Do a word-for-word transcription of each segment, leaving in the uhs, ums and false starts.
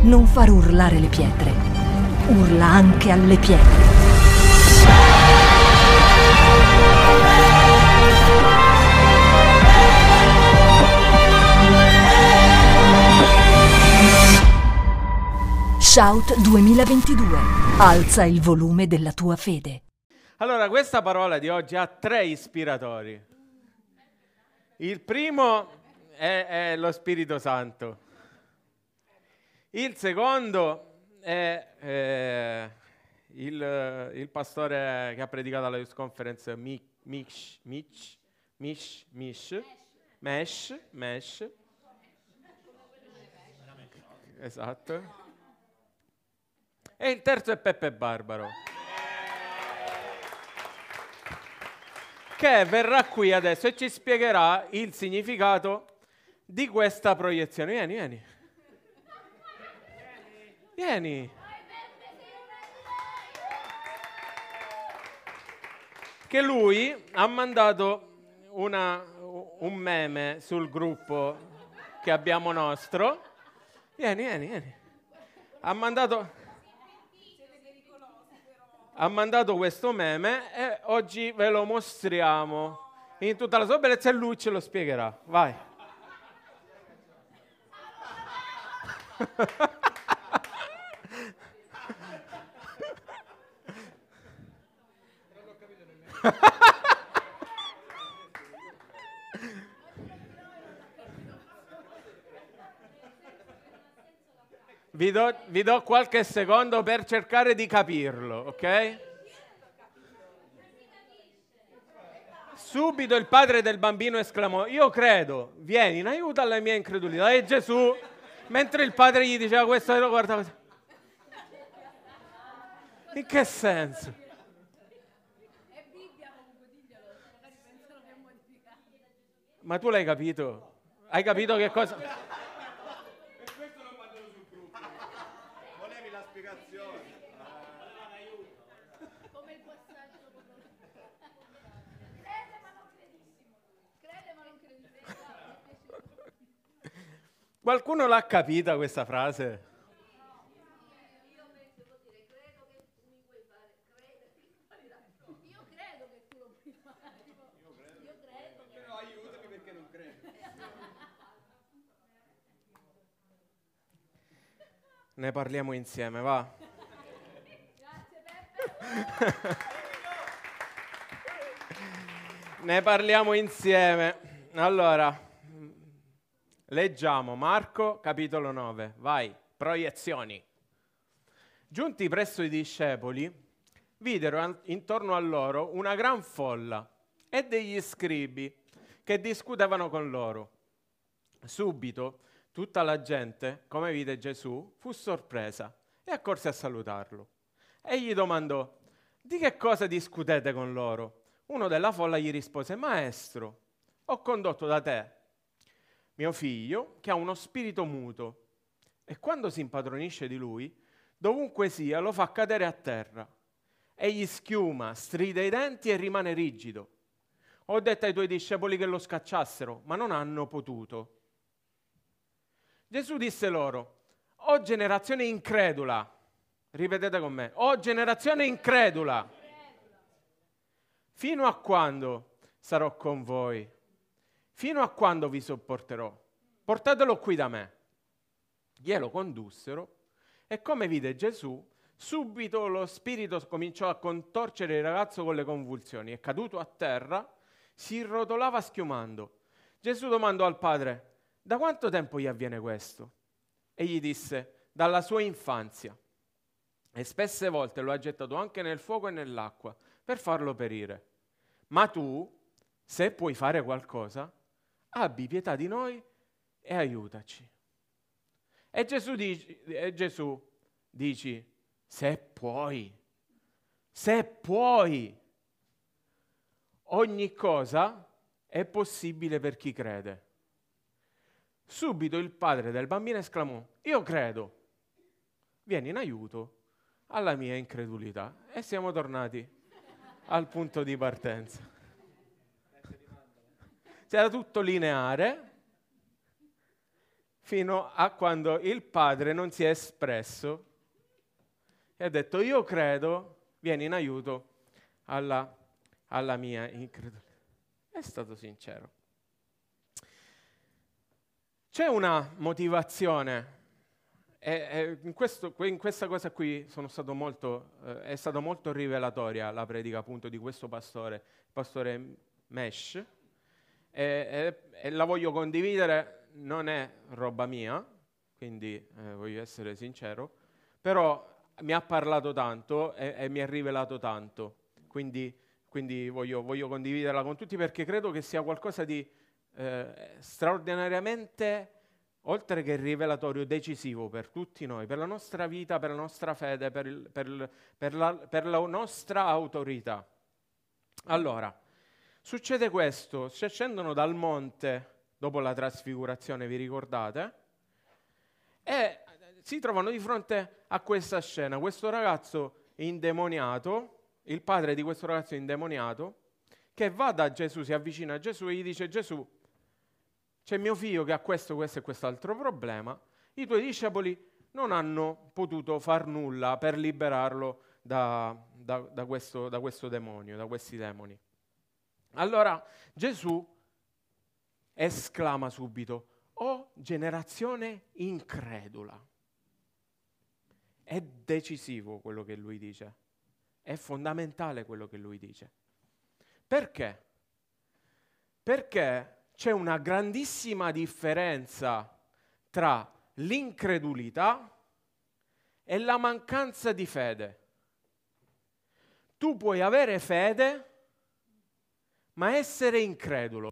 non far urlare le pietre. Urla anche alle pietre. Shout duemilaventidue. Alza il volume della tua fede. Allora, questa parola di oggi ha tre ispiratori. Il primo è, è lo Spirito Santo. Il secondo è eh, il, il pastore che ha predicato alla Youth Conference, Mish, Mish, Mish, Mish, Mesh, Mesh. Esatto. E il terzo è Peppe Barbaro, che verrà qui adesso e ci spiegherà il significato di questa proiezione. Vieni, vieni. Vieni. Che lui ha mandato una, un meme sul gruppo che abbiamo nostro. Vieni, vieni, vieni. Ha mandato... Ha mandato questo meme e oggi ve lo mostriamo in tutta la sua bellezza e lui ce lo spiegherà. Vai. Vi do, vi do qualche secondo per cercare di capirlo, ok? Subito il padre del bambino esclamò: io credo, vieni in aiuto alla mia incredulità. E Gesù, mentre il padre gli diceva questo, lo guardava così. In che senso? Ma tu l'hai capito? Hai capito che cosa... Qualcuno l'ha capita questa frase? Io penso vuol dire credo che tu mi puoi fare, credo che io credo che tu lo puoi fare. Io credo. Io credo. Però aiutami perché non credo. Ne parliamo insieme, va. Grazie Peppe. Ne parliamo insieme. Allora, leggiamo Marco capitolo nove, vai, proiezioni. Giunti presso i discepoli, videro intorno a loro una gran folla e degli scribi che discutevano con loro. Subito tutta la gente, come vide Gesù, fu sorpresa e accorse a salutarlo. Egli domandò: di che cosa discutete con loro? Uno della folla gli rispose: Maestro, ho condotto da te mio figlio che ha uno spirito muto e quando si impadronisce di lui, dovunque sia, lo fa cadere a terra. Egli schiuma, stride i denti e rimane rigido. Ho detto ai tuoi discepoli che lo scacciassero, ma non hanno potuto. Gesù disse loro: o generazione incredula, ripetete con me, o generazione incredula, fino a quando sarò con voi? Fino a quando vi sopporterò? Portatelo qui da me. Glielo condussero e come vide Gesù, subito lo spirito cominciò a contorcere il ragazzo con le convulsioni e caduto a terra si rotolava schiumando. Gesù domandò al padre: da quanto tempo gli avviene questo? Egli disse: dalla sua infanzia. E spesse volte lo ha gettato anche nel fuoco e nell'acqua per farlo perire. Ma tu, se puoi fare qualcosa, abbi pietà di noi e aiutaci. E Gesù dici, e Gesù dici, se puoi, se puoi, ogni cosa è possibile per chi crede. Subito il padre del bambino esclamò: io credo, vieni in aiuto alla mia incredulità. E siamo tornati al punto di partenza. C'era tutto lineare fino a quando il padre non si è espresso e ha detto: io credo, vieni in aiuto alla, alla mia incredulità. È stato sincero. C'è una motivazione, e, e in, questo, in questa cosa qui sono stato molto, eh, è stata molto rivelatoria la predica appunto di questo pastore, il pastore Mesh, e, e, e la voglio condividere, non è roba mia, quindi eh, voglio essere sincero, però mi ha parlato tanto e, e mi ha rivelato tanto, quindi, quindi voglio, voglio condividerla con tutti perché credo che sia qualcosa di eh, straordinariamente, oltre che rivelatorio, decisivo per tutti noi, per la nostra vita, per la nostra fede, per, il, per, il, per, la, per la nostra autorità. Allora, succede questo, si scendono dal monte dopo la trasfigurazione, vi ricordate? E si trovano di fronte a questa scena, questo ragazzo indemoniato, il padre di questo ragazzo indemoniato, che va da Gesù, si avvicina a Gesù e gli dice: Gesù, c'è mio figlio che ha questo, questo e quest'altro problema, i tuoi discepoli non hanno potuto far nulla per liberarlo da, da, da, questo, da questo demonio, da questi demoni. Allora Gesù esclama subito: oh generazione incredula. È decisivo quello che lui dice, è fondamentale quello che lui dice. Perché? Perché c'è una grandissima differenza tra l'incredulità e la mancanza di fede. Tu puoi avere fede, ma essere incredulo.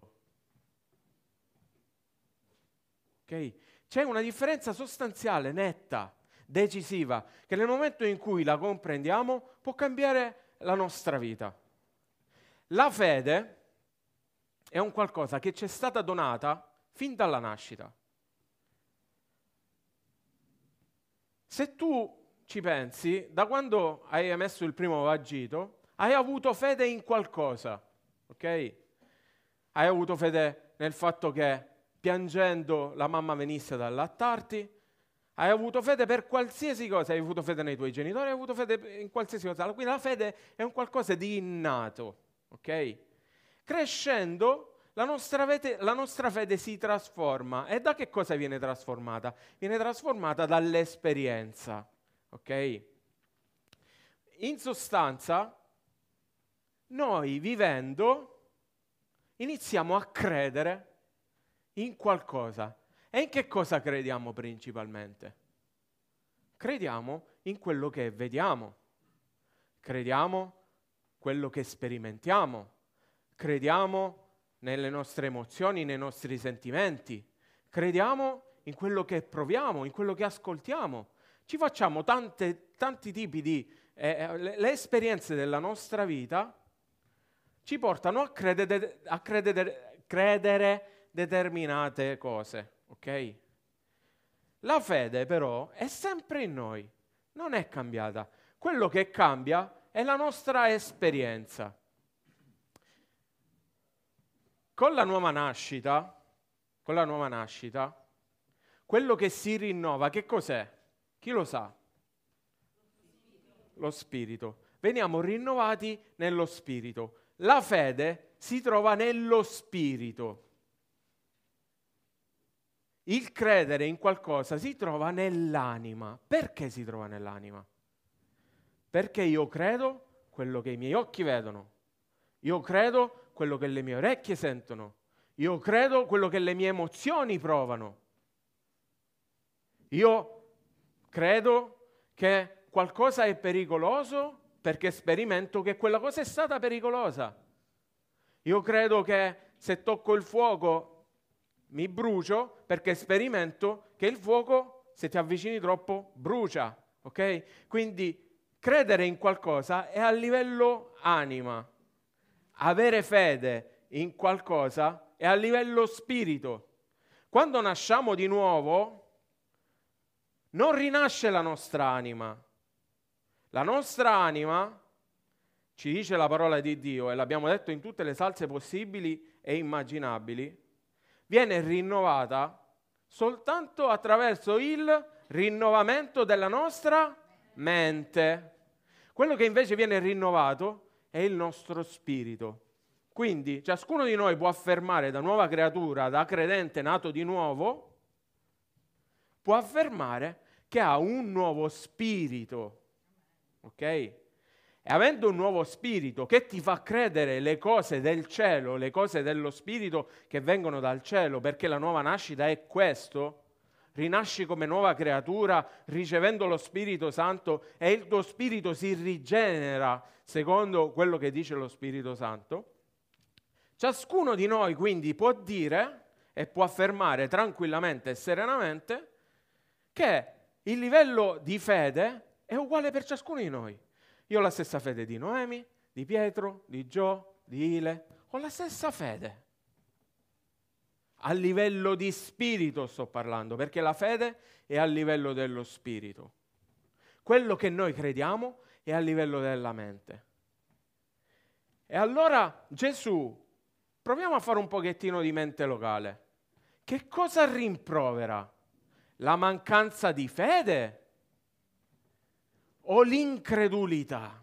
Ok? C'è una differenza sostanziale, netta, decisiva, che nel momento in cui la comprendiamo può cambiare la nostra vita. La fede è un qualcosa che ci è stata donata fin dalla nascita. Se tu ci pensi, da quando hai emesso il primo vagito, hai avuto fede in qualcosa, ok? Hai avuto fede nel fatto che piangendo la mamma venisse ad allattarti, hai avuto fede per qualsiasi cosa, hai avuto fede nei tuoi genitori, hai avuto fede in qualsiasi cosa. Quindi la fede è un qualcosa di innato, ok? Crescendo, la nostra, fede, la nostra fede si trasforma. E da che cosa viene trasformata? Viene trasformata dall'esperienza, ok? In sostanza, noi vivendo iniziamo a credere in qualcosa. E in che cosa crediamo principalmente? Crediamo in quello che vediamo, crediamo quello che sperimentiamo, crediamo nelle nostre emozioni, nei nostri sentimenti, crediamo in quello che proviamo, in quello che ascoltiamo. Ci facciamo tante, tanti tipi di... Eh, le, le esperienze della nostra vita ci portano a credere, a credere, credere determinate cose. Ok? La fede però è sempre in noi, non è cambiata. Quello che cambia è la nostra esperienza. Con la nuova nascita, con la nuova nascita, quello che si rinnova, che cos'è? Chi lo sa? Lo spirito. Veniamo rinnovati nello spirito. La fede si trova nello spirito. Il credere in qualcosa si trova nell'anima. Perché si trova nell'anima? Perché io credo quello che i miei occhi vedono. Io credo quello che le mie orecchie sentono. Io credo quello che le mie emozioni provano. Io credo che qualcosa è pericoloso perché sperimento che quella cosa è stata pericolosa. Io credo che se tocco il fuoco mi brucio perché sperimento che il fuoco, se ti avvicini troppo, brucia, ok? Quindi credere in qualcosa è a livello anima. Avere fede in qualcosa è a livello spirito. Quando nasciamo di nuovo, non rinasce la nostra anima. La nostra anima, ci dice la parola di Dio, e l'abbiamo detto in tutte le salse possibili e immaginabili, viene rinnovata Soltanto attraverso il rinnovamento della nostra mente. Quello che invece viene rinnovato è il nostro spirito. Quindi ciascuno di noi può affermare, da nuova creatura, da credente nato di nuovo, può affermare che ha un nuovo spirito, ok? E avendo un nuovo spirito che ti fa credere le cose del cielo, le cose dello spirito che vengono dal cielo, perché la nuova nascita è questo, rinasci come nuova creatura ricevendo lo Spirito Santo e il tuo spirito si rigenera secondo quello che dice lo Spirito Santo. Ciascuno di noi quindi può dire e può affermare tranquillamente e serenamente che il livello di fede è uguale per ciascuno di noi. Io ho la stessa fede di Noemi, di Pietro, di Gio, di Ile, ho la stessa fede. A livello di spirito sto parlando, perché la fede è a livello dello spirito. Quello che noi crediamo è a livello della mente. E allora Gesù, proviamo a fare un pochettino di mente locale. Che cosa rimprovera? La mancanza di fede o l'incredulità?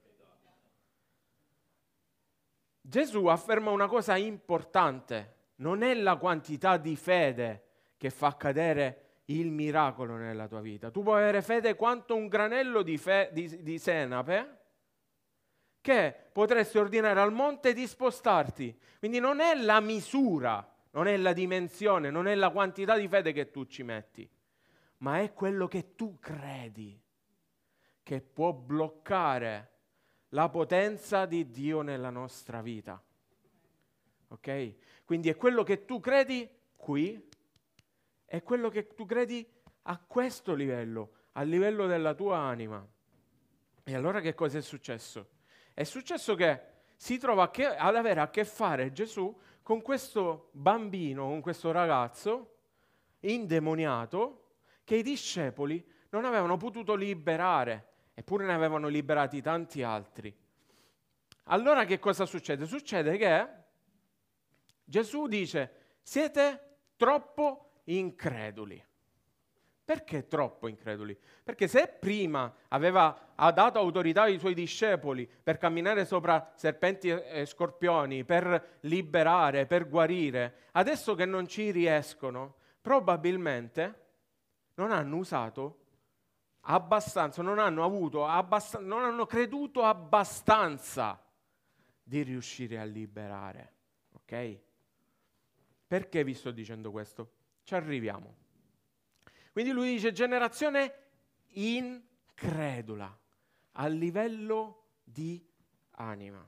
Gesù afferma una cosa importante. Non è la quantità di fede che fa cadere il miracolo nella tua vita. Tu puoi avere fede quanto un granello di, fe- di, di senape che potresti ordinare al monte di spostarti. Quindi non è la misura, non è la dimensione, non è la quantità di fede che tu ci metti, ma è quello che tu credi che può bloccare la potenza di Dio nella nostra vita. Ok? Quindi è quello che tu credi qui, è quello che tu credi a questo livello, a livello della tua anima. E allora che cosa è successo? È successo che si trova a che, ad avere a che fare Gesù con questo bambino, con questo ragazzo indemoniato che i discepoli non avevano potuto liberare, eppure ne avevano liberati tanti altri. Allora che cosa succede? Succede che Gesù dice: siete troppo increduli. Perché troppo increduli? Perché se prima aveva, ha dato autorità ai suoi discepoli per camminare sopra serpenti e scorpioni, per liberare, per guarire, adesso che non ci riescono, probabilmente non hanno usato abbastanza, non hanno avuto abbastanza, non hanno creduto abbastanza di riuscire a liberare. Ok? Perché vi sto dicendo questo? Ci arriviamo. Quindi lui dice generazione incredula a livello di anima.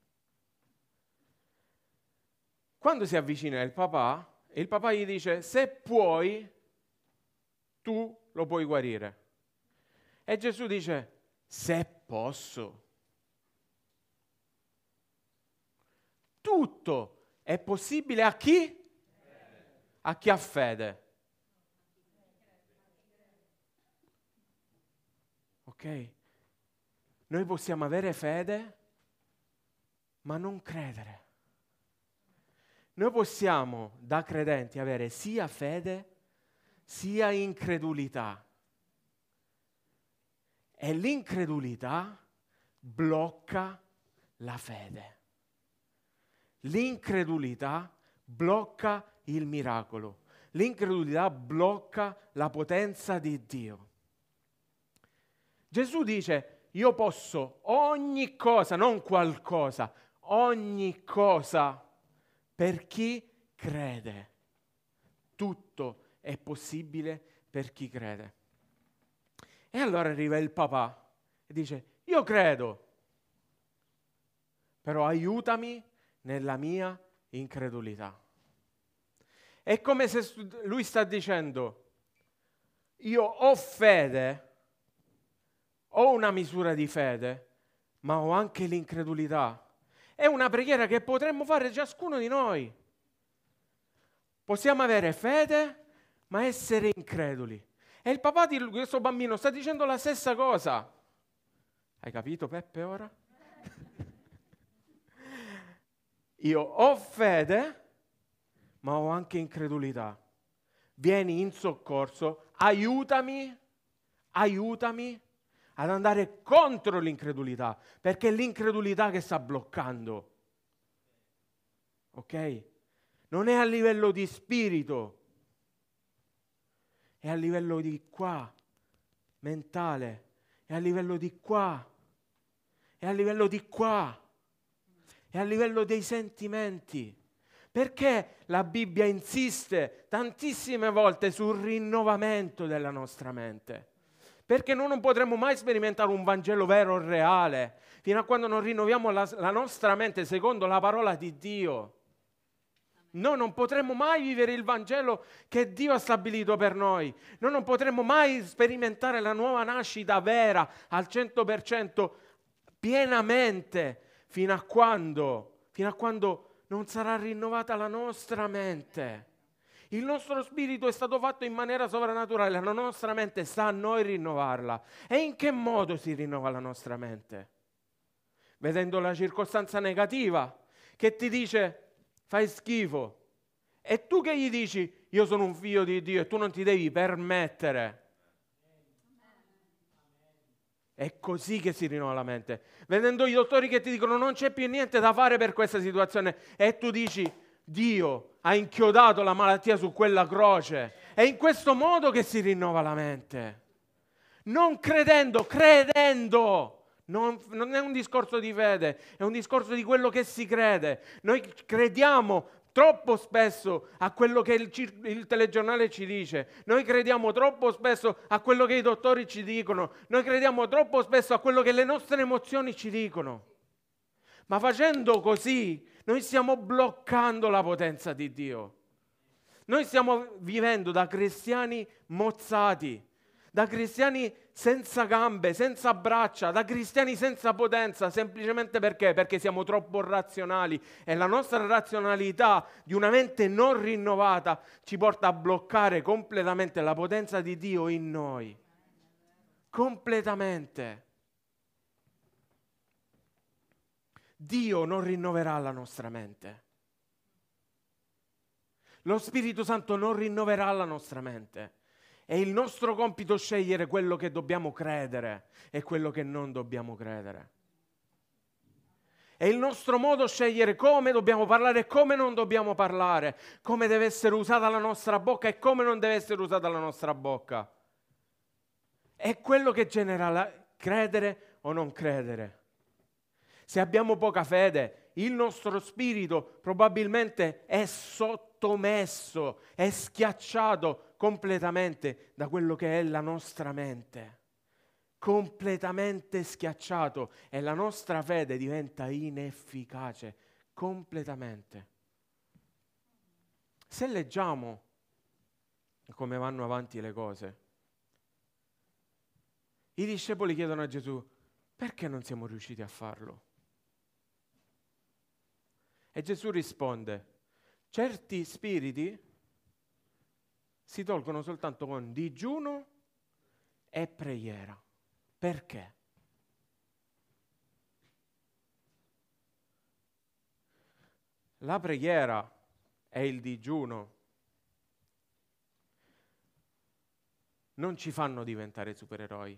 Quando si avvicina il papà, il papà gli dice: se puoi, tu lo puoi guarire. E Gesù dice: se posso. Tutto è possibile a chi? A chi ha fede. Ok? Noi possiamo avere fede, ma non credere. Noi possiamo, da credenti, avere sia fede, sia incredulità. E l'incredulità blocca la fede. L'incredulità blocca il miracolo. L'incredulità blocca la potenza di Dio. Gesù dice: io posso ogni cosa, non qualcosa, ogni cosa per chi crede. Tutto è possibile per chi crede. E allora arriva il papà e dice: io credo, però aiutami nella mia incredulità. È come se lui sta dicendo: io ho fede, ho una misura di fede, ma ho anche l'incredulità. È una preghiera che potremmo fare ciascuno di noi. Possiamo avere fede, ma essere increduli. E il papà di questo bambino sta dicendo la stessa cosa. Hai capito, Peppe, ora? Io ho fede, ma ho anche incredulità. vieni in soccorso, aiutami, aiutami ad andare contro l'incredulità, perché è l'incredulità che sta bloccando. Ok? Non è a livello di spirito, è a livello di qua, mentale, è a livello di qua, è a livello di qua, è a livello dei sentimenti. Perché la Bibbia insiste tantissime volte sul rinnovamento della nostra mente? Perché noi non potremo mai sperimentare un Vangelo vero e reale fino a quando non rinnoviamo la, la nostra mente secondo la parola di Dio. Noi non potremo mai vivere il Vangelo che Dio ha stabilito per noi. Noi non potremo mai sperimentare la nuova nascita vera al cento per cento pienamente fino a quando, fino a quando non sarà rinnovata la nostra mente. Il nostro spirito è stato fatto in maniera sovrannaturale, la nostra mente sta a noi rinnovarla. E in che modo si rinnova la nostra mente? Vedendo la circostanza negativa che ti dice fai schifo. E tu che gli dici io sono un figlio di Dio e tu non ti devi permettere. È così che si rinnova la mente. Vedendo i dottori che ti dicono non c'è più niente da fare per questa situazione e tu dici Dio ha inchiodato la malattia su quella croce. È in questo modo che si rinnova la mente. Non credendo, credendo. Non, non è un discorso di fede, è un discorso di quello che si crede. Noi crediamo troppo spesso a quello che il, il telegiornale ci dice, noi crediamo troppo spesso a quello che i dottori ci dicono, noi crediamo troppo spesso a quello che le nostre emozioni ci dicono. Ma facendo così noi stiamo bloccando la potenza di Dio. Noi stiamo vivendo da cristiani mozzati, da cristiani senza gambe, senza braccia, da cristiani senza potenza, semplicemente perché? Perché siamo troppo razionali e la nostra razionalità di una mente non rinnovata ci porta a bloccare completamente la potenza di Dio in noi. Completamente. Dio non rinnoverà la nostra mente. Lo Spirito Santo non rinnoverà la nostra mente. È il nostro compito scegliere quello che dobbiamo credere e quello che non dobbiamo credere. È il nostro modo scegliere come dobbiamo parlare e come non dobbiamo parlare, come deve essere usata la nostra bocca e come non deve essere usata la nostra bocca. È quello che genera la credere o non credere. Se abbiamo poca fede, il nostro spirito probabilmente è sottomesso, è schiacciato completamente da quello che è la nostra mente. Completamente schiacciato e la nostra fede diventa inefficace, completamente. Se leggiamo come vanno avanti le cose, i discepoli chiedono a Gesù, perché non siamo riusciti a farlo? E Gesù risponde, certi spiriti si tolgono soltanto con digiuno e preghiera. Perché? La preghiera e il digiuno non ci fanno diventare supereroi.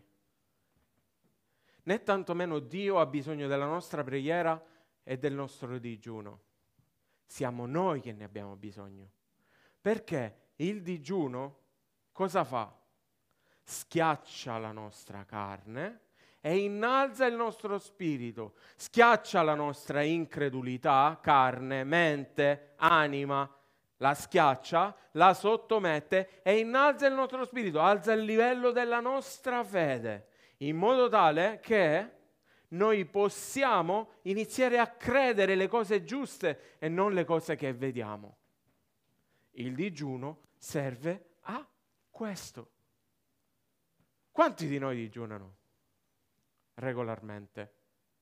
Né tantomeno Dio ha bisogno della nostra preghiera e del nostro digiuno. Siamo noi che ne abbiamo bisogno. Perché il digiuno cosa fa? Schiaccia la nostra carne e innalza il nostro spirito, schiaccia la nostra incredulità, carne, mente, anima, la schiaccia, la sottomette e innalza il nostro spirito, alza il livello della nostra fede, in modo tale che noi possiamo iniziare a credere le cose giuste e non le cose che vediamo. Il digiuno serve a questo. Quanti di noi digiunano regolarmente?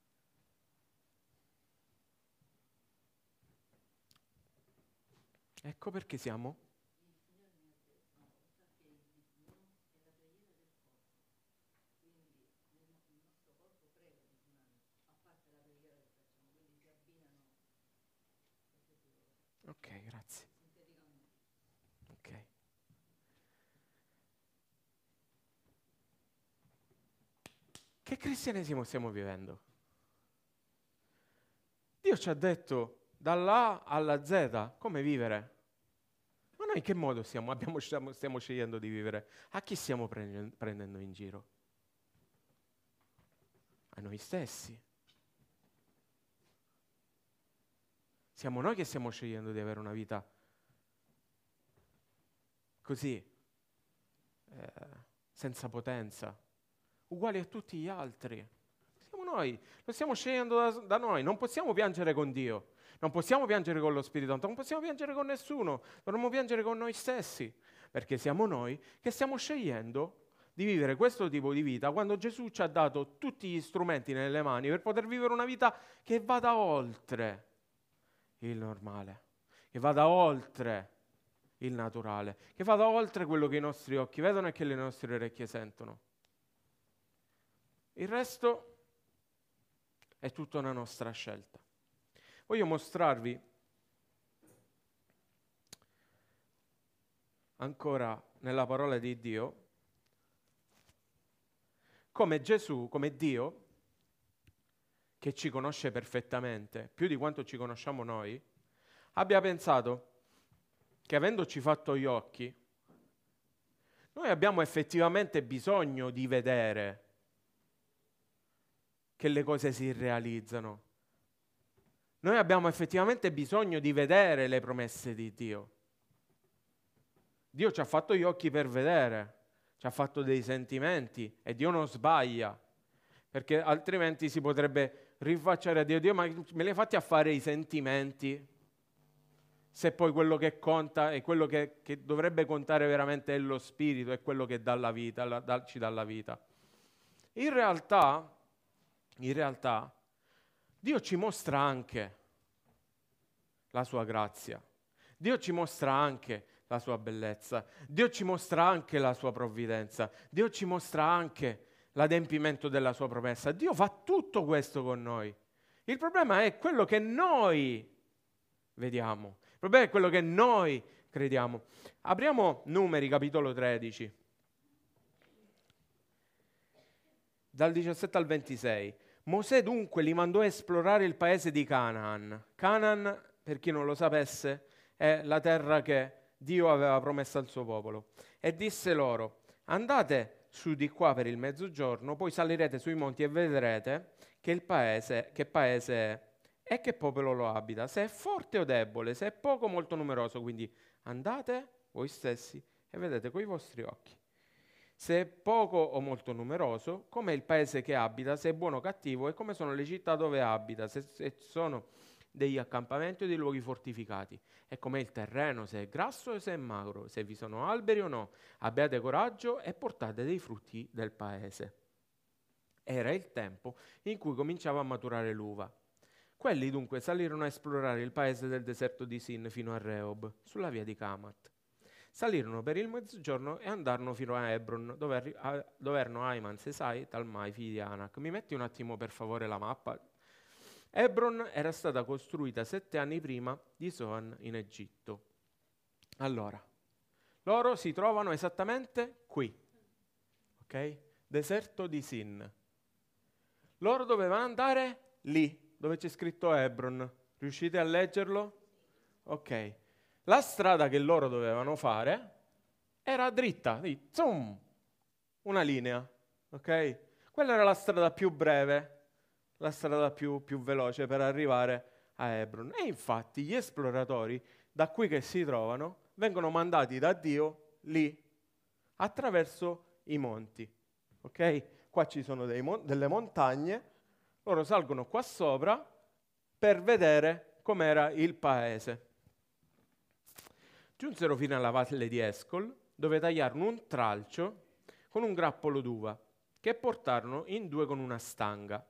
Ecco perché siamo ok, grazie. Ok. Che cristianesimo stiamo vivendo? Dio ci ha detto dall'A alla Z come vivere. Ma noi in che modo stiamo, abbiamo, stiamo, stiamo scegliendo di vivere? A chi stiamo prendendo, prendendo in giro? A noi stessi. Siamo noi che stiamo scegliendo di avere una vita così, eh, senza potenza, uguali a tutti gli altri. Siamo noi, lo stiamo scegliendo da, da noi, non possiamo piangere con Dio, non possiamo piangere con lo Spirito Santo, non possiamo piangere con nessuno, dovremmo piangere con noi stessi, perché siamo noi che stiamo scegliendo di vivere questo tipo di vita quando Gesù ci ha dato tutti gli strumenti nelle mani per poter vivere una vita che vada oltre il normale, che vada oltre il naturale, che vada oltre quello che i nostri occhi vedono e che le nostre orecchie sentono. Il resto è tutta una nostra scelta. Voglio mostrarvi ancora nella parola di Dio come Gesù, come Dio, che ci conosce perfettamente, più di quanto ci conosciamo noi, abbia pensato che avendoci fatto gli occhi, noi abbiamo effettivamente bisogno di vedere che le cose si realizzano. Noi abbiamo effettivamente bisogno di vedere le promesse di Dio. Dio ci ha fatto gli occhi per vedere, ci ha fatto dei sentimenti e Dio non sbaglia, perché altrimenti si potrebbe rifacciare a Dio, Dio, ma me li hai fatti a fare i sentimenti? Se poi quello che conta e quello che, che dovrebbe contare veramente è lo spirito, è quello che dà la vita, la, dà, ci dà la vita. In realtà, in realtà, Dio ci mostra anche la sua grazia, Dio ci mostra anche la sua bellezza, Dio ci mostra anche la sua provvidenza, Dio ci mostra anche l'adempimento della sua promessa. Dio fa tutto questo con noi. Il problema è quello che noi vediamo. Il problema è quello che noi crediamo. Apriamo Numeri, capitolo tredici, dal diciassette al ventisei. Mosè dunque li mandò a esplorare il paese di Canaan. Canaan, per chi non lo sapesse, è la terra che Dio aveva promesso al suo popolo. E disse loro: andate su di qua per il mezzogiorno, poi salirete sui monti e vedrete che il paese, che paese è e che popolo lo abita, se è forte o debole, se è poco o molto numeroso. Quindi andate voi stessi e vedete coi vostri occhi. Se è poco o molto numeroso, com'è il paese che abita, se è buono o cattivo, e come sono le città dove abita, se, se sono degli accampamenti o dei luoghi fortificati, e com'è il terreno, se è grasso o se è magro, se vi sono alberi o no. Abbiate coraggio e portate dei frutti del paese. Era il tempo in cui cominciava a maturare l'uva. Quelli dunque salirono a esplorare il paese del deserto di Sin fino a Rehob, sulla via di Kamat. Salirono per il mezzogiorno e andarono fino a Hebron, dove, arri- a- dove erano Aiman, Sesai, Talmai, figli di Anak. Mi metti un attimo per favore la mappa? Hebron era stata costruita sette anni prima di Soan in Egitto. Allora, loro si trovano esattamente qui, ok? Deserto di Sin. Loro dovevano andare lì, dove c'è scritto Hebron. Riuscite a leggerlo? Ok. La strada che loro dovevano fare era dritta, di zoom, una linea, ok? Quella era la strada più breve, la strada più, più veloce per arrivare a Hebron. E infatti gli esploratori, da qui che si trovano, vengono mandati da Dio lì, attraverso i monti, ok? Qua ci sono dei mon- delle montagne. Loro salgono qua sopra per vedere com'era il paese. Giunsero fino alla valle di Escol, dove tagliarono un tralcio con un grappolo d'uva, che portarono in due con una stanga.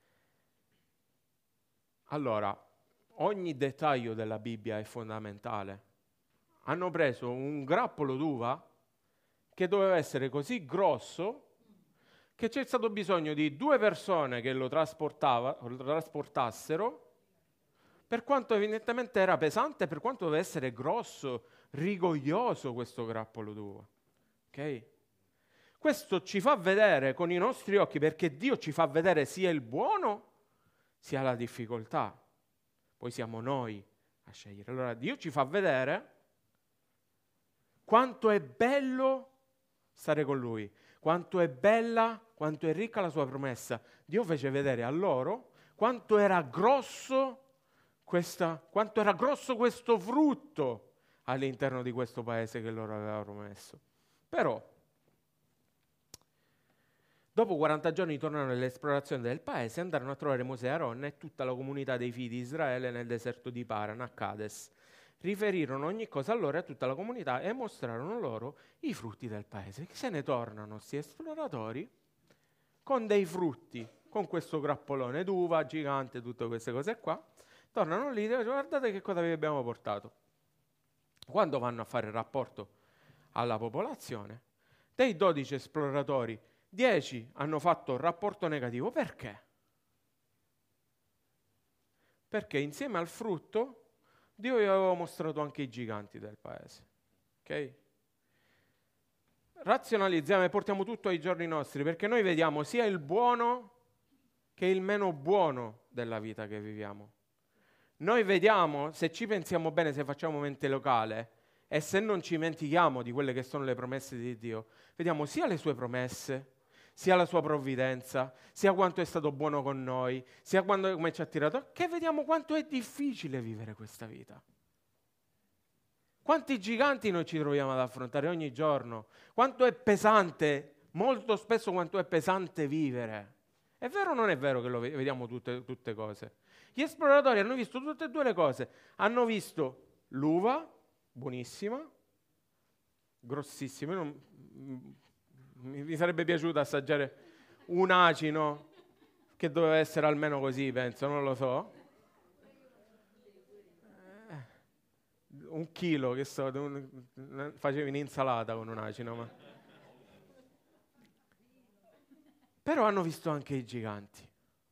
Allora, ogni dettaglio della Bibbia è fondamentale. Hanno preso un grappolo d'uva che doveva essere così grosso che c'è stato bisogno di due persone che lo, trasportava, lo trasportassero, per quanto evidentemente era pesante, per quanto doveva essere grosso, rigoglioso questo grappolo d'uva. Ok? Questo ci fa vedere con i nostri occhi, perché Dio ci fa vedere sia il buono sia la difficoltà. Poi siamo noi a scegliere. Allora Dio ci fa vedere quanto è bello stare con Lui, quanto è bella, quanto è ricca la sua promessa. Dio fece vedere a loro quanto era grosso questa, quanto era grosso questo frutto all'interno di questo paese che loro aveva promesso. Però, dopo quaranta giorni tornarono all'esplorazione del paese e andarono a trovare Mosè e Aronne e tutta la comunità dei figli di Israele nel deserto di Paran, a Cades. Riferirono ogni cosa a loro e a tutta la comunità e mostrarono loro i frutti del paese. Se ne tornano questi esploratori con dei frutti, con questo grappolone d'uva gigante, tutte queste cose qua. Tornano lì e dicono: guardate che cosa vi abbiamo portato. Quando vanno a fare il rapporto alla popolazione, dei dodici esploratori, dieci hanno fatto rapporto negativo. Perché? Perché insieme al frutto Dio gli aveva mostrato anche i giganti del paese. Ok? Razionalizziamo e portiamo tutto ai giorni nostri, perché noi vediamo sia il buono che il meno buono della vita che viviamo. Noi vediamo, se ci pensiamo bene, se facciamo mente locale e se non ci dimentichiamo di quelle che sono le promesse di Dio, vediamo sia le sue promesse, sia la sua provvidenza, sia quanto è stato buono con noi, sia quando, come ci ha tirato, che vediamo quanto è difficile vivere questa vita. Quanti giganti noi ci troviamo ad affrontare ogni giorno, quanto è pesante, molto spesso quanto è pesante vivere. È vero o non è vero che lo vediamo tutte, tutte cose? Gli esploratori hanno visto tutte e due le cose, hanno visto l'uva, buonissima, grossissima, non, mi sarebbe piaciuto assaggiare un acino che doveva essere almeno così, penso, non lo so. Eh, un chilo, che so, un, facevi un'insalata con un acino. Ma... Però hanno visto anche i giganti.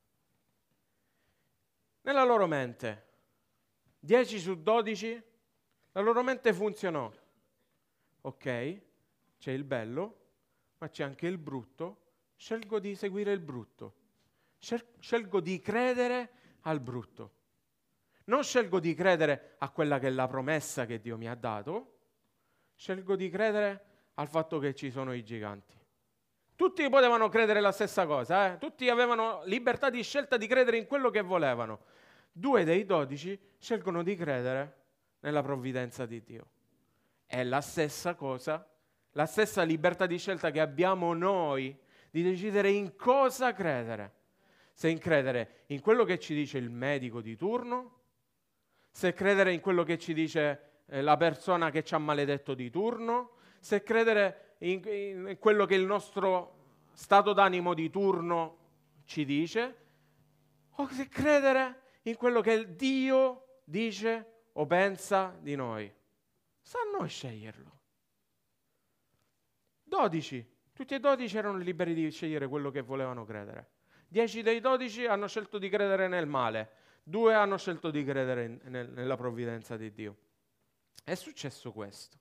Nella loro mente, dieci su dodici, la loro mente funzionò. Ok, c'è il bello, ma c'è anche il brutto, scelgo di seguire il brutto, Scel- scelgo di credere al brutto. Non scelgo di credere a quella che è la promessa che Dio mi ha dato, scelgo di credere al fatto che ci sono i giganti. Tutti potevano credere la stessa cosa, eh? Tutti avevano libertà di scelta di credere in quello che volevano. Due dei dodici scelgono di credere nella provvidenza di Dio. È la stessa cosa, la stessa libertà di scelta che abbiamo noi di decidere in cosa credere. Se in credere in quello che ci dice il medico di turno, se credere in quello che ci dice eh, la persona che ci ha maledetto di turno, se credere in, in quello che il nostro stato d'animo di turno ci dice, o se credere in quello che Dio dice o pensa di noi. Sta a noi sceglierlo. dodici, tutti e dodici erano liberi di scegliere quello che volevano credere. dieci dei dodici hanno scelto di credere nel male, due hanno scelto di credere in, nel, nella provvidenza di Dio. È successo questo,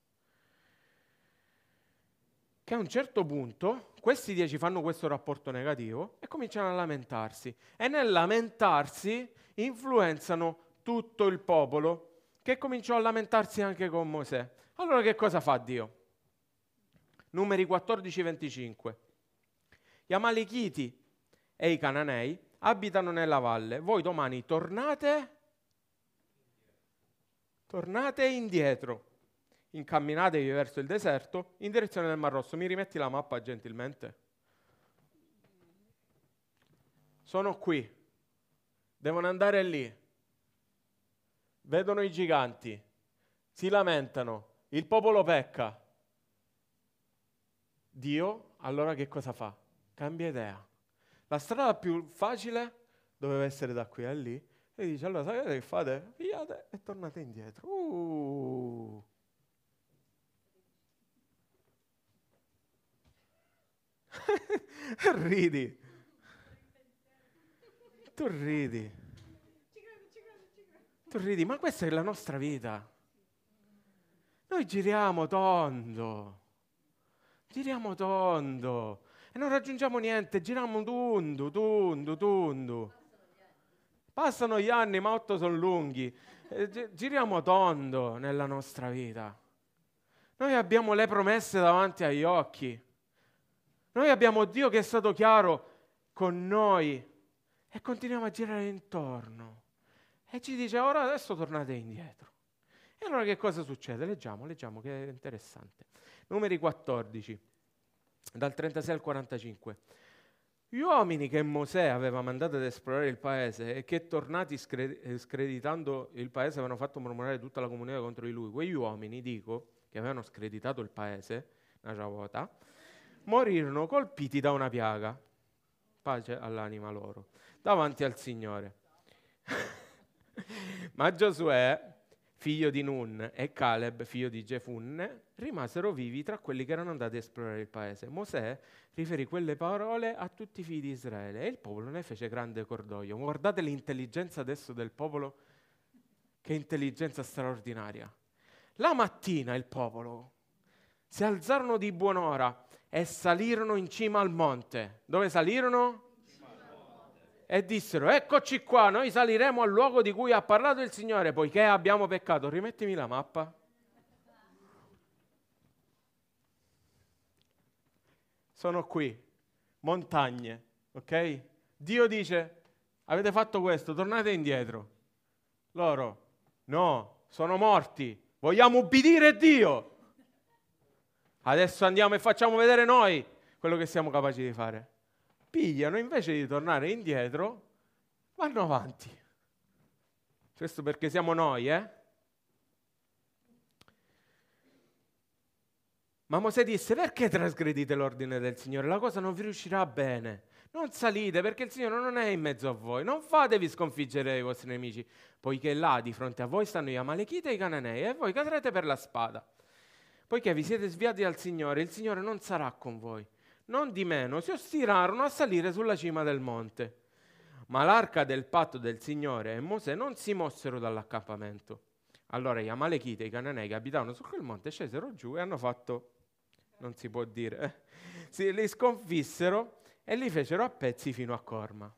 che a un certo punto questi dieci fanno questo rapporto negativo e cominciano a lamentarsi, e nel lamentarsi influenzano tutto il popolo, che cominciò a lamentarsi anche con Mosè. Allora che cosa fa Dio? Numeri quattordici venticinque. Gli Amalechiti e i Cananei abitano nella valle. Voi domani tornate, tornate indietro, incamminatevi verso il deserto in direzione del Mar Rosso. Mi rimetti la mappa gentilmente? Sono qui, devono andare lì, vedono i giganti, si lamentano, il popolo pecca. Dio allora che cosa fa? Cambia idea. La strada più facile doveva essere da qui a lì, e dice: allora sapete che fate? Pigliate e tornate indietro. Uh. Ridi. Tu ridi. Tu ridi, ma questa è la nostra vita. Noi giriamo tondo. Giriamo tondo e non raggiungiamo niente, giriamo tundu, tundu, tundu. Passano gli anni, ma otto sono lunghi. E gi- giriamo tondo nella nostra vita. Noi abbiamo le promesse davanti agli occhi. Noi abbiamo Dio che è stato chiaro con noi e continuiamo a girare intorno. E ci dice, ora adesso tornate indietro. E allora che cosa succede? Leggiamo, leggiamo che è interessante. Numeri quattordici, dal trentasei al quarantacinque. Gli uomini che Mosè aveva mandato ad esplorare il paese e che tornati scre- screditando il paese avevano fatto mormorare tutta la comunità contro di lui, quegli uomini, dico, che avevano screditato il paese, una volta, morirono colpiti da una piaga, pace all'anima loro, davanti al Signore. Ma Giosuè, figlio di Nun, e Caleb, figlio di Gefunne, rimasero vivi tra quelli che erano andati a esplorare il paese. Mosè riferì quelle parole a tutti i figli di Israele e il popolo ne fece grande cordoglio. Guardate l'intelligenza adesso del popolo, che intelligenza straordinaria. La mattina il popolo si alzarono di buon'ora e salirono in cima al monte. Dove salirono? E dissero, eccoci qua, noi saliremo al luogo di cui ha parlato il Signore, poiché abbiamo peccato. Rimettimi la mappa. Sono qui, montagne, ok? Dio dice, avete fatto questo, tornate indietro. Loro, no, sono morti, vogliamo ubbidire Dio. Adesso andiamo e facciamo vedere noi quello che siamo capaci di fare. Pigliano, invece di tornare indietro, vanno avanti. Questo perché siamo noi, eh? Ma Mosè disse, perché trasgredite l'ordine del Signore? La cosa non vi riuscirà bene. Non salite, perché il Signore non è in mezzo a voi. Non fatevi sconfiggere i vostri nemici, poiché là di fronte a voi stanno gli Amalechiti e i Cananei, e voi cadrete per la spada. Poiché vi siete sviati dal Signore, il Signore non sarà con voi. Non di meno, si ostinarono a salire sulla cima del monte. Ma l'arca del patto del Signore e Mosè non si mossero dall'accampamento. Allora gli Amalechiti e i Cananei che abitavano su quel monte scesero giù e hanno fatto, non si può dire, eh, si, li sconfissero e li fecero a pezzi fino a Corma.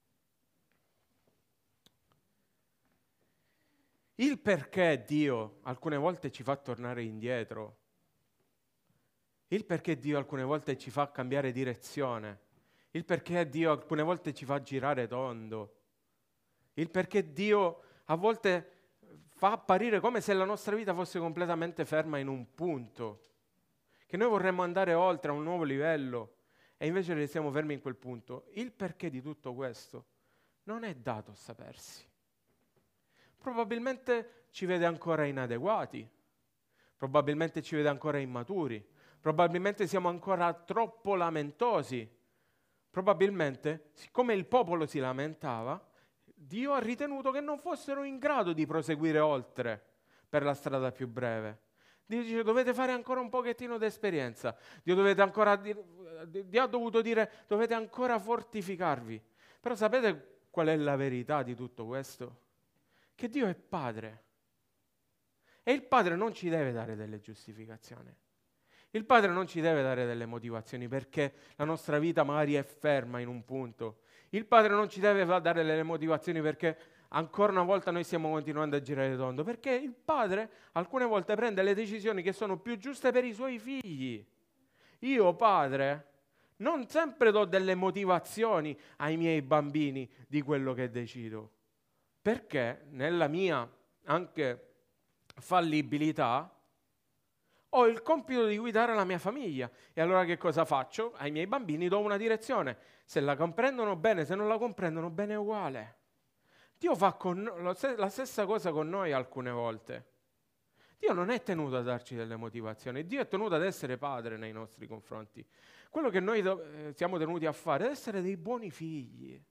Il perché Dio alcune volte ci fa tornare indietro, il perché Dio alcune volte ci fa cambiare direzione, il perché Dio alcune volte ci fa girare tondo, il perché Dio a volte fa apparire come se la nostra vita fosse completamente ferma in un punto, che noi vorremmo andare oltre a un nuovo livello e invece restiamo fermi in quel punto. Il perché di tutto questo non è dato a sapersi. Probabilmente ci vede ancora inadeguati, probabilmente ci vede ancora immaturi, probabilmente siamo ancora troppo lamentosi, probabilmente, siccome il popolo si lamentava, Dio ha ritenuto che non fossero in grado di proseguire oltre per la strada più breve. Dio dice, dovete fare ancora un pochettino di esperienza. Dio, dovete ancora dire, Dio ha dovuto dire, dovete ancora fortificarvi. Però sapete qual è la verità di tutto questo? Che Dio è Padre. E il Padre non ci deve dare delle giustificazioni. Il Padre non ci deve dare delle motivazioni perché la nostra vita magari è ferma in un punto. Il Padre non ci deve dare delle motivazioni perché ancora una volta noi stiamo continuando a girare tondo, perché il Padre alcune volte prende le decisioni che sono più giuste per i suoi figli. Io, Padre, non sempre do delle motivazioni ai miei bambini di quello che decido, perché nella mia anche fallibilità ho il compito di guidare la mia famiglia. E allora che cosa faccio? Ai miei bambini do una direzione. Se la comprendono bene, se non la comprendono bene è uguale. Dio fa con no- la stessa cosa con noi alcune volte. Dio non è tenuto a darci delle motivazioni, Dio è tenuto ad essere padre nei nostri confronti. Quello che noi do- eh, siamo tenuti a fare è essere dei buoni figli.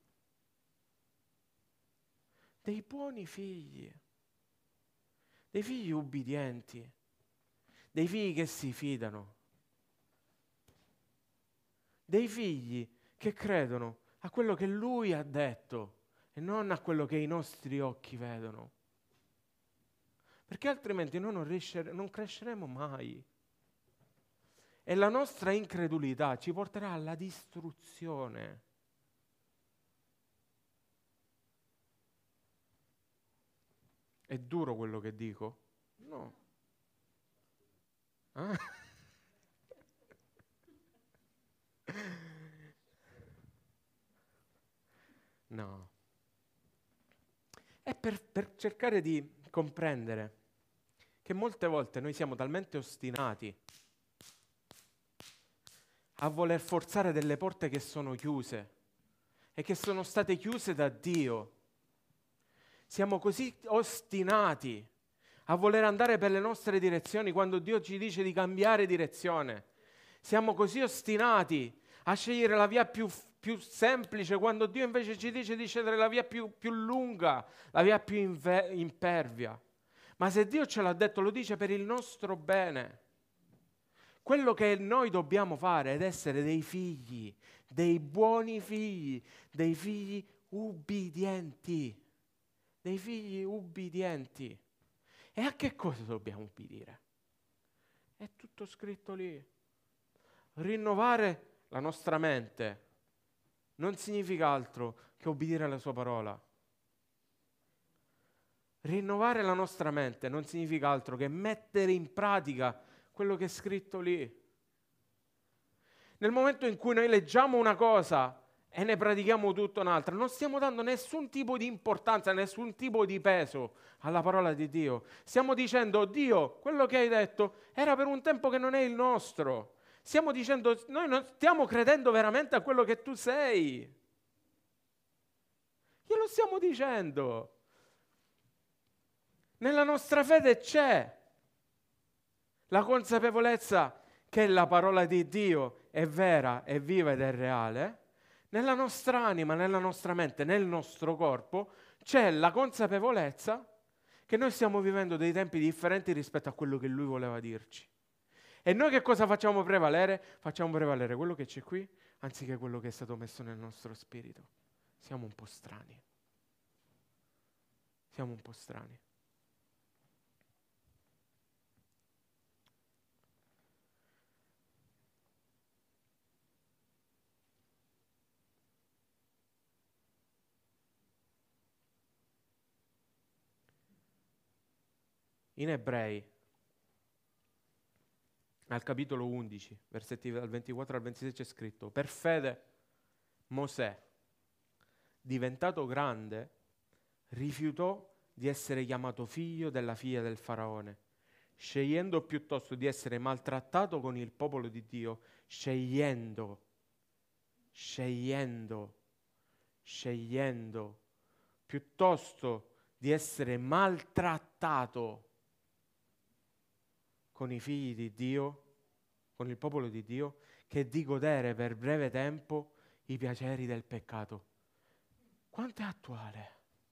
Dei buoni figli. Dei figli ubbidienti. Dei figli che si fidano. Dei figli che credono a quello che Lui ha detto e non a quello che i nostri occhi vedono. Perché altrimenti noi non, riescere, non cresceremo mai. E la nostra incredulità ci porterà alla distruzione. È duro quello che dico? No. Ah? No. È per, per cercare di comprendere che molte volte noi siamo talmente ostinati a voler forzare delle porte che sono chiuse e che sono state chiuse da Dio. Siamo così ostinati a voler andare per le nostre direzioni quando Dio ci dice di cambiare direzione. Siamo così ostinati a scegliere la via più, più semplice quando Dio invece ci dice di scegliere la via più, più lunga, la via più inve- impervia. Ma se Dio ce l'ha detto, lo dice per il nostro bene. Quello che noi dobbiamo fare è essere dei figli, dei buoni figli, dei figli ubbidienti, dei figli ubbidienti. E a che cosa dobbiamo ubbidire? È tutto scritto lì. Rinnovare la nostra mente non significa altro che obbedire alla sua parola. Rinnovare la nostra mente non significa altro che mettere in pratica quello che è scritto lì. Nel momento in cui noi leggiamo una cosa e ne pratichiamo tutta un'altra, non stiamo dando nessun tipo di importanza, nessun tipo di peso alla parola di Dio. Stiamo dicendo: Dio, quello che hai detto era per un tempo che non è il nostro. Stiamo dicendo, noi non stiamo credendo veramente a quello che tu sei. Glielo stiamo dicendo. Nella nostra fede c'è la consapevolezza che la parola di Dio è vera, è viva ed è reale. Nella nostra anima, nella nostra mente, nel nostro corpo c'è la consapevolezza che noi stiamo vivendo dei tempi differenti rispetto a quello che Lui voleva dirci. E noi che cosa facciamo prevalere? Facciamo prevalere quello che c'è qui anziché quello che è stato messo nel nostro spirito. Siamo un po' strani. Siamo un po' strani. In Ebrei, al capitolo undici, versetti dal ventiquattro al ventisei c'è scritto: per fede Mosè, diventato grande, rifiutò di essere chiamato figlio della figlia del faraone, scegliendo piuttosto di essere maltrattato con il popolo di Dio, scegliendo, scegliendo, scegliendo, piuttosto di essere maltrattato con i figli di Dio, con il popolo di Dio, che di godere per breve tempo i piaceri del peccato. Quanto è attuale?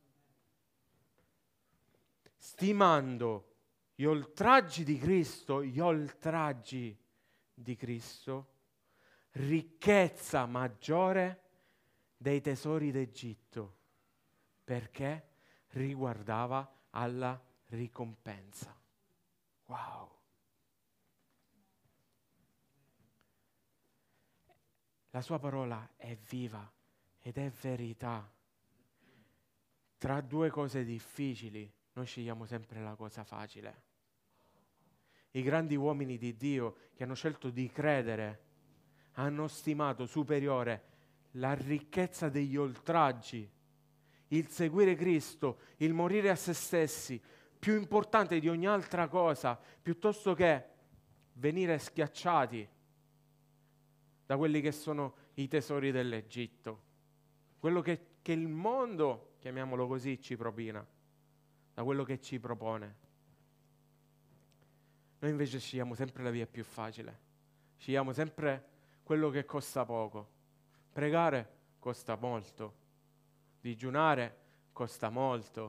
Stimando gli oltraggi di Cristo, gli oltraggi di Cristo, ricchezza maggiore dei tesori d'Egitto, perché riguardava alla ricompensa. Wow! La sua parola è viva ed è verità. Tra due cose difficili, noi scegliamo sempre la cosa facile. I grandi uomini di Dio che hanno scelto di credere hanno stimato superiore la ricchezza degli oltraggi, il seguire Cristo, il morire a se stessi, più importante di ogni altra cosa, piuttosto che venire schiacciati da quelli che sono i tesori dell'Egitto, quello che, che il mondo, chiamiamolo così, ci propina, da quello che ci propone. Noi invece scegliamo sempre la via più facile, scegliamo sempre quello che costa poco. Pregare costa molto, digiunare costa molto,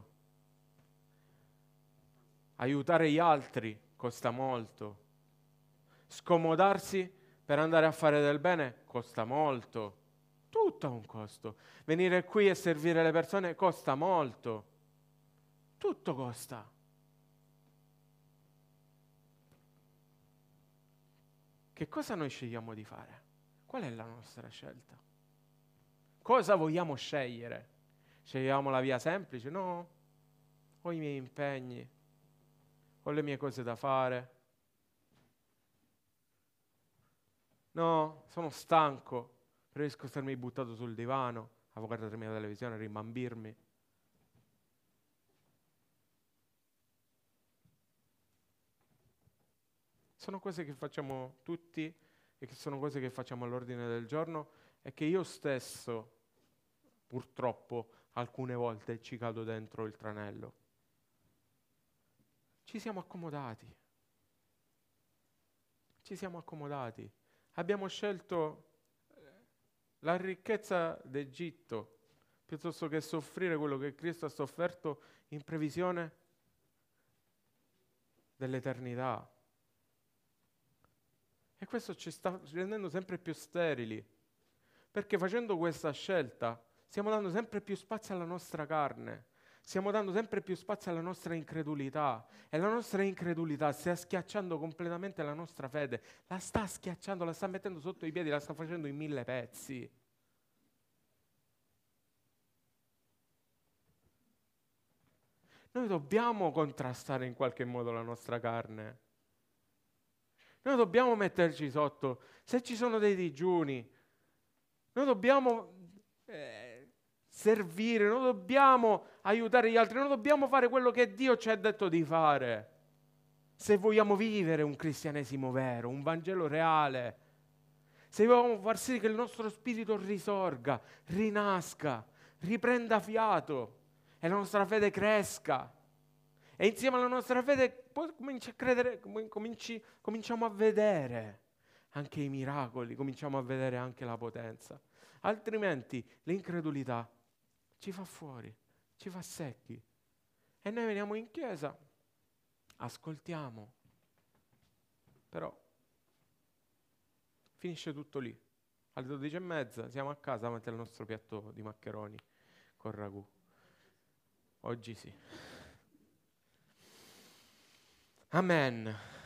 aiutare gli altri costa molto, scomodarsi per andare a fare del bene costa molto, tutto ha un costo. Venire qui e servire le persone costa molto, tutto costa. che cosa noi scegliamo di fare? Qual è la nostra scelta? Cosa vogliamo scegliere? Scegliamo la via semplice? No. Ho i miei impegni, ho le mie cose da fare. No, sono stanco, preferisco starmi buttato sul divano, a guardarmi la televisione, a rimbambirmi. Sono cose che facciamo tutti e che sono cose che facciamo all'ordine del giorno e che io stesso, purtroppo, alcune volte ci cado dentro il tranello. Ci siamo accomodati. Ci siamo accomodati. Abbiamo scelto la ricchezza d'Egitto piuttosto che soffrire quello che Cristo ha sofferto in previsione dell'eternità. E questo ci sta rendendo sempre più sterili, perché facendo questa scelta stiamo dando sempre più spazio alla nostra carne, stiamo dando sempre più spazio alla nostra incredulità e la nostra incredulità sta schiacciando completamente la nostra fede, la sta schiacciando, la sta mettendo sotto i piedi, la sta facendo in mille pezzi. Noi dobbiamo contrastare in qualche modo la nostra carne. Noi dobbiamo metterci sotto. Se ci sono dei digiuni, noi dobbiamo eh, servire, noi dobbiamo aiutare gli altri, noi dobbiamo fare quello che Dio ci ha detto di fare. Se vogliamo vivere un cristianesimo vero, un Vangelo reale, se vogliamo far sì che il nostro spirito risorga, rinasca, riprenda fiato e la nostra fede cresca. E insieme alla nostra fede poi cominci a credere, cominci, cominciamo a vedere anche i miracoli, cominciamo a vedere anche la potenza. Altrimenti l'incredulità ci fa fuori, ci fa secchi. E noi veniamo in chiesa, ascoltiamo, però finisce tutto lì. Alle dodici e mezza siamo a casa davanti al nostro piatto di maccheroni con ragù. Oggi sì. Amen.